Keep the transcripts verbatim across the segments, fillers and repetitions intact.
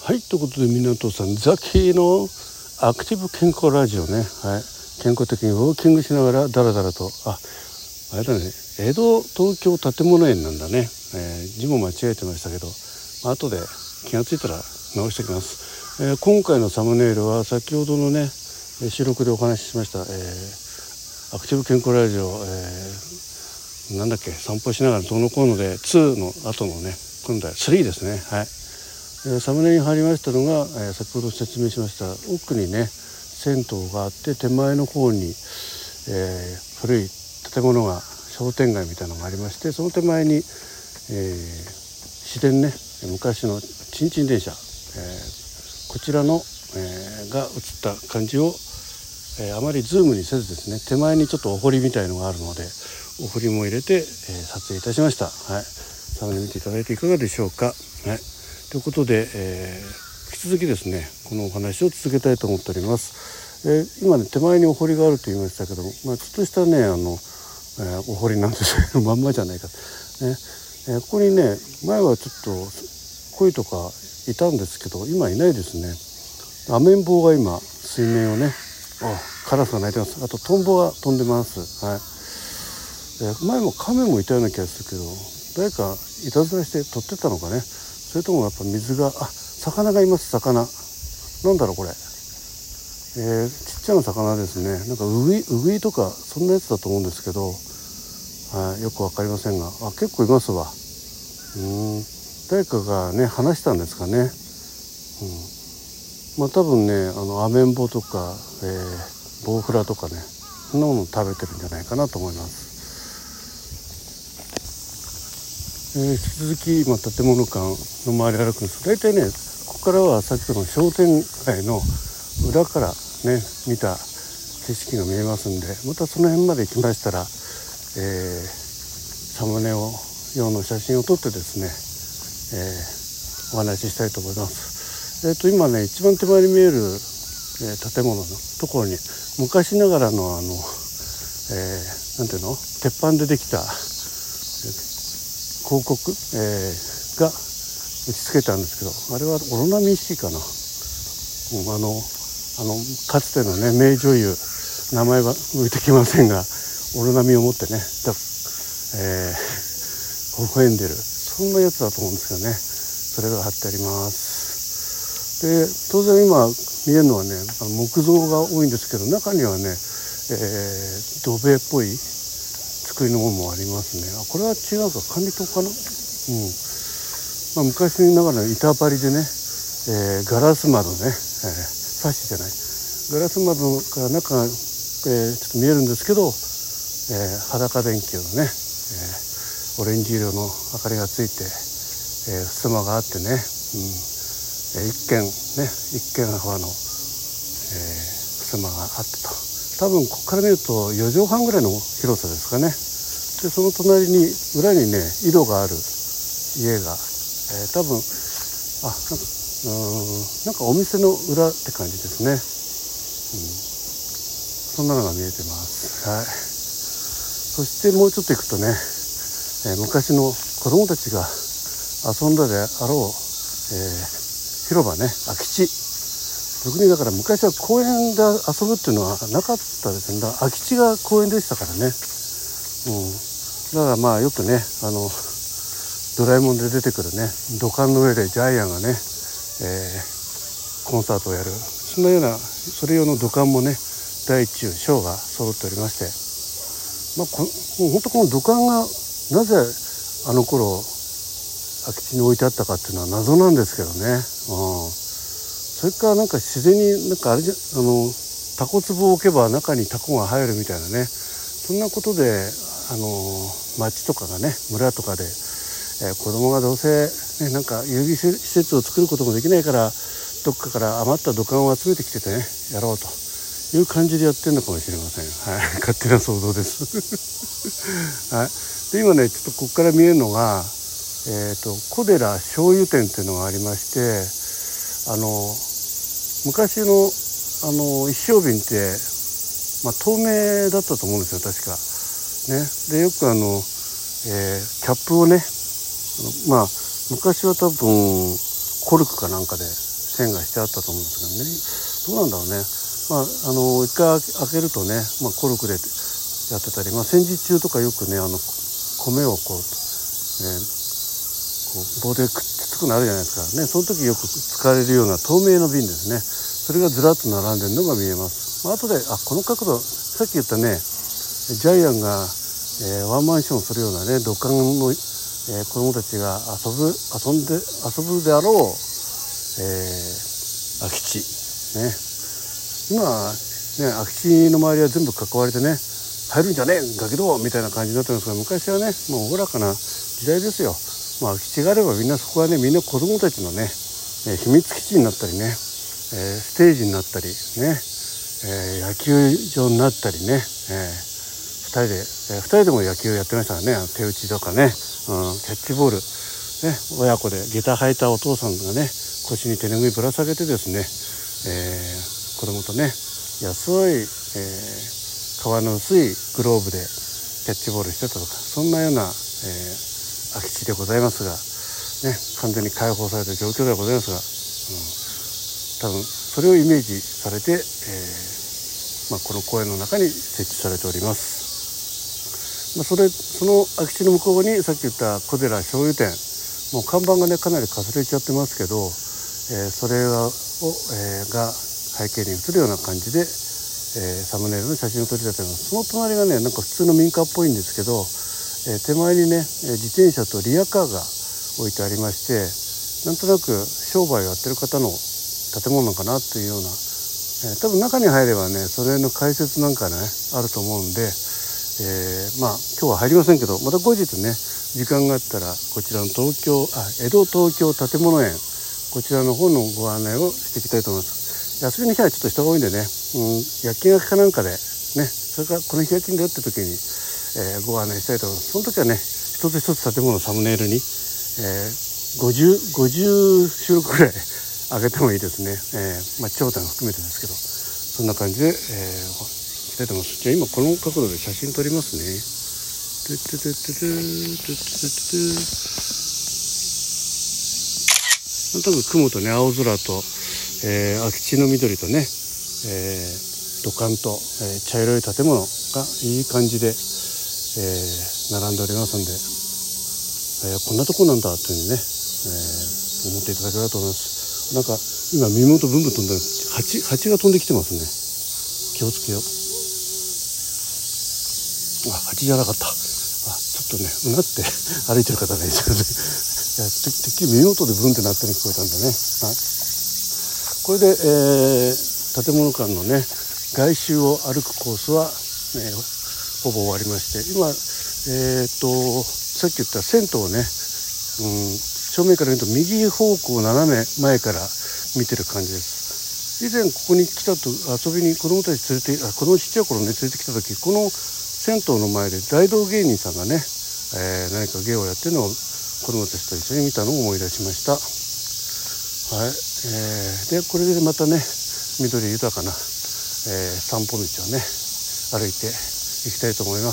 はい、ということで港さんザキのアクティブ健康ラジオね、はい、健康的にウォーキングしながらダラダラと、あ、あれだね、江戸東京建物園なんだね、えー、字も間違えてましたけど、まあ、後で気がついたら直しておきます。えー、今回のサムネイルは先ほどのね収録でお話ししました、えー、アクティブ健康ラジオ、えー、なんだっけ、散歩しながらどうのこうのでにの後のね、今度はさんですね。はい、サムネに入りましたのが、えー、先ほど説明しました奥にね銭湯があって、手前の方に、えー、古い建物が商店街みたいなのがありまして、その手前に、えー、市電ね、昔のちんちん電車、えー、こちらの、えー、が映った感じを、えー、あまりズームにせずですね、手前にちょっとお堀みたいのがあるのでお堀も入れて、えー、撮影いたしました。はい、サムネ見ていただいていかがでしょうか。はい、ということで、えー、引き続きですねこのお話を続けたいと思っております。えー、今ね手前にお堀があると言いましたけども、まあ、ちょっとしたねあの、えー、お堀なんですけどまんまじゃないか、ねえー、ここにね前はちょっと鯉とかいたんですけど今いないですね。アメンボウが今水面をね、あ、カラスが鳴いてます。あとトンボが飛んでます。はい、えー、前もカメもいたような気がするけど誰かいたずらして取ってたのかね。それともやっぱ水が、あ、魚がいます。魚なんだろうこれ、えー、ちっちゃな魚ですね。なんかウグイ、ウグイとかそんなやつだと思うんですけど、はい、よくわかりませんが、あ、結構いますわ。うーん、誰かがね話したんですかね。うん、まあ多分ねあのアメンボとか、えー、ボウフラとかね、そんなものを食べてるんじゃないかなと思います。えー、引き続き今建物間の周り歩くんです。大体ねここからはさっきの商店街の裏からね見た景色が見えますんで、またその辺まで行きましたら、えー、サムネを用の写真を撮ってですね、えー、お話ししたいと思います。えー、と今ね一番手前に見える、えー、建物のところに昔ながらのあの、えー、なんていうの鉄板でできた広告、えー、が打ち付けたんですけど、あれはオロナミン C かな、うん、あのあのかつてのね名女優、名前は浮いてきませんが、オロナミンを持ってね、えー、微笑んでる、そんなやつだと思うんですけどね。それが貼ってあります。で当然今見えるのはねあの木造が多いんですけど、中にはね、えー、土塀っぽい作りのものもありますね。あ、これは違うか、管理棟かな。うん、まあ、昔ながらの板張りでね、えー、ガラス窓ね、えー、サッシじゃないガラス窓から中が、えー、ちょっと見えるんですけど、えー、裸電球のね、えー、オレンジ色の明かりがついて、えー、襖があってね、うん、えー、一軒ね一軒幅の、えー、襖があってと、多分ここから見るとよじはんぐらいの広さですかね。でその隣に裏にね井戸がある家が、えー、多分あなんかうーんなんかお店の裏って感じですね。うん、そんなのが見えてます。はい、そしてもうちょっと行くとね、えー、昔の子供たちが遊んだであろう、えー、広場ね、空き地。特にだから昔は公園で遊ぶっていうのはなかったですね。だから空き地が公園でしたからね。うん、だからまあよくねあのドラえもんで出てくるね土管の上でジャイアンがね、えー、コンサートをやる、そんなようなそれ用の土管もね大中小が揃っておりまして、まあ、こもう本当この土管がなぜあの頃空き地に置いてあったかっていうのは謎なんですけどね。うん、それからなんか自然になんかあれじゃあのタコ壺を置けば中にタコが入るみたいなね、そんなことであの町とかがね村とかで、えー、子供がどうせ、ね、なんか遊戯施設を作ることもできないからどっかから余った土管を集めてきててねやろうという感じでやってるのかもしれません。はい、勝手な想像です、はい、で今ねちょっとここから見えるのが、えーと、小寺醤油店っていうのがありまして、あの昔のあの一升瓶って、まあ、透明だったと思うんですよ確かね。でよくあの、えー、キャップをね、まあ昔は多分コルクかなんかで、え線がしてあったと思うんですけどね、どうなんだろうね。まああの一回開けるとね、まあ、コルクでやってたり、まあ、戦時中とかよくねあの米をこう、ね、こう棒でくっつくのあるじゃないですかね。その時よく使われるような透明の瓶ですね。それがずらっと並んでるのが見えます。まあ後であこの角度、さっき言ったねジャイアンが、えー、ワンマンションするようなね土管の、えー、子供たちが遊ぶ遊んで遊ぶであろう、えー、空き地ね。今ね空き地の周りは全部囲われてね入るんじゃねえガキどみたいな感じになってますが、昔はねもうおおらかな時代ですよ。まあ空き地があればみんなそこはねみんな子供たちのね、えー、秘密基地になったりね、えー、ステージになったりね、えー、野球場になったりね、えーふたりで、えー、ふたりでも野球やってましたからね。手打ちとかね、うん、キャッチボール、ね、親子で下駄履いたお父さんがね腰に手拭いぶら下げてですね、えー、子供とね安い、えー、皮の薄いグローブでキャッチボールしてたとか、そんなような、えー、空き地でございますが、ね、完全に開放された状況ではございますが、うん、多分それをイメージされて、えーまあ、この公園の中に設置されております。まあ、それその空き地の向こうにさっき言った小寺醤油店、もう看板がねかなりかすれちゃってますけど、えー、それがを、えー、が背景に映るような感じで、えー、サムネイルの写真を撮り立てます。その隣がねなんか普通の民家っぽいんですけど、えー、手前にね自転車とリアカーが置いてありまして、なんとなく商売をやってる方の建物かなというような、えー、多分中に入ればねそれの解説なんかねあると思うんで、えー、まあ今日は入りませんけど、また後日ね時間があったらこちらの東京あ江戸東京建物園、こちらの方のご案内をしていきたいと思います。休みの日はちょっと人が多いんでね、うん、夜勤明けかなんかでね、それからこの日夜勤だよって時に、えー、ご案内したいと思います。その時はね一つ一つ建物のサムネイルに、えー、ごじゅう、ごじゅう収録くらい上げてもいいですね、えーまあ、頂点を含めてですけど、そんな感じで、えーじゃあ今この角度で写真撮りますね。トゥトゥトゥトゥトゥトゥトゥトゥ、多分雲とね青空と、えー、空き地の緑とね、えー、土管と、えー、茶色い建物がいい感じで、えー、並んでおりますんで、えー、こんなとこなんだというふうにね、えー、思っていただければと思います。なんか今耳元ブンブン飛んで蜂蜂が飛んできてますね。気をつけよう。あ、蜂じゃなかった。あ、ちょっとねうなって歩いてる方がいるんですよね。てっきり耳元でブンって鳴ってるの聞こえたんでね、はい、これで、えー、建物間のね外周を歩くコースは、ね、ほぼ終わりまして、今、えー、っとさっき言った銭湯をね、うん、正面から見ると右方向斜め前から見てる感じです。以前ここに来たと遊びに子供たち連れてあ子供ちっちゃい頃ね連れてきた時、この銭湯の前で大道芸人さんがね、えー、何か芸をやってるのを子供たちと一緒に見たのを思い出しました。はい、えー、でこれでまたね緑豊かな、えー、散歩道をね歩いていきたいと思います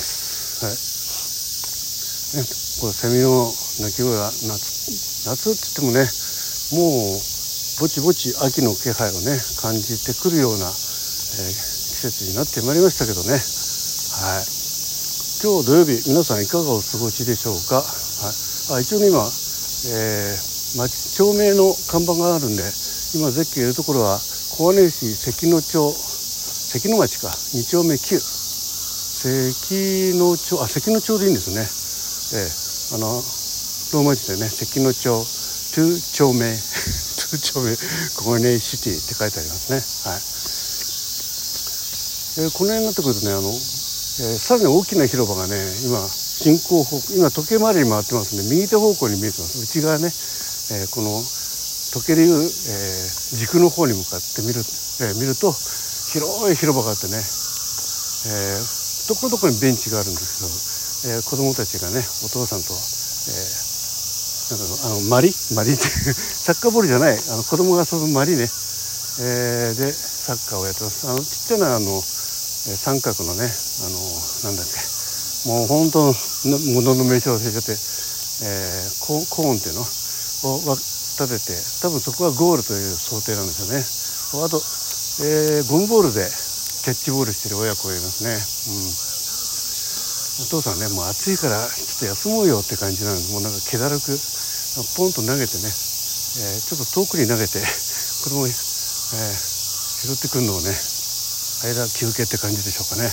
。はい、ね、このセミの鳴き声は夏夏って言ってもねもうぼちぼち秋の気配をね感じてくるような、えー、季節になってまいりましたけどね。はい、今日土曜日皆さんいかがお過ごしでしょうか。はい、あ一応ね今、えー、町町名の看板があるんで、今ゼッケンいるところは小金井市関野町関野町かに丁目きゅう関野町あ関野町でいいんですね。えー、あのローマ字でね関野町に丁目に丁目小金井シティって書いてありますね。はい、えー、この辺になってくるとねあのえー、さらに大きな広場がね今進行方向今時計回りに回ってますんで右手方向に見えてます。内側ね、えー、この時計でいう、えー、軸の方に向かって見る、えー、見ると広い広場があってね、えー、どこどこにベンチがあるんですけど、えー、子供たちがねお父さんと、えー、なんかあのマリマリってサッカーボールじゃないあの子供が遊ぶマリね、えー、でサッカーをやってます。あのちっちゃなあの三角のねあのなんだっけもう本当のものの名称を忘れちゃって、えー、コ, コーンっていうのを立てて、多分そこがゴールという想定なんですよね。あと、えー、ゴムボールでキャッチボールしてる親子がいますね。うん、お父さんね、もう暑いからちょっと休もうよって感じなんです。もうなんか気だるくポンと投げてね、えー、ちょっと遠くに投げて子供、えー、拾ってくるのをね、間休憩って感じでしょうかね。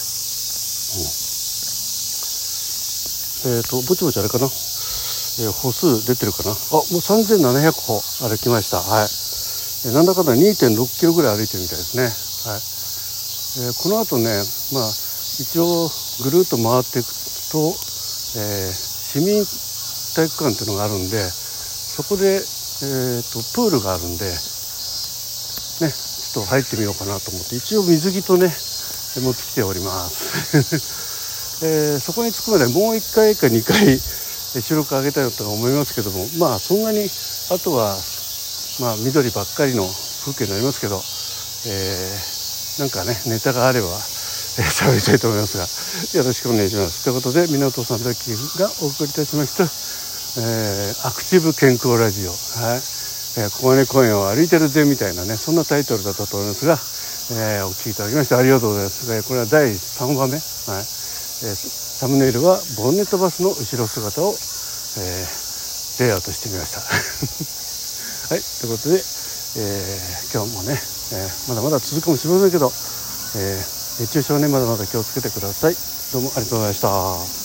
うん、えっとぼちぼちあれかな、えー、歩数出てるかな。あ、もうさんぜんななひゃくほ歩きました。はい、えー、なんだかんだ にてんろっキロぐらい歩いてるみたいですね。はい、えー、この後ね、まあ一応ぐるっと回っていくと、えー、市民体育館っていうのがあるんで、そこで、えー、とプールがあるんでね、ちょっと入ってみようかなと思って、一応水着とね持ってきておりますえー、そこに着くまでもういっかいかにかい収録上げたいと思いますけども、まあそんなにあとはまあ緑ばっかりの風景になりますけど、えー、なんかねネタがあれば喋りたいと思いますが、よろしくお願いします。ということで、港さんだけがお送りいたしました、えー、アクティブ健康ラジオ、はい、えー、小金公園を歩いてるぜみたいなね、そんなタイトルだったと思いますが、えー、お聞きいただきましてありがとうございます。えー、これはだいさんばんめ、はい、えー、サムネイルはボンネットバスの後ろ姿を、えー、レイアウトしてみましたはい、ということで、えー、今日もね、えー、まだまだ続くかもしれませんけど、えー、熱中症ね、まだまだ気をつけてください。どうもありがとうございました。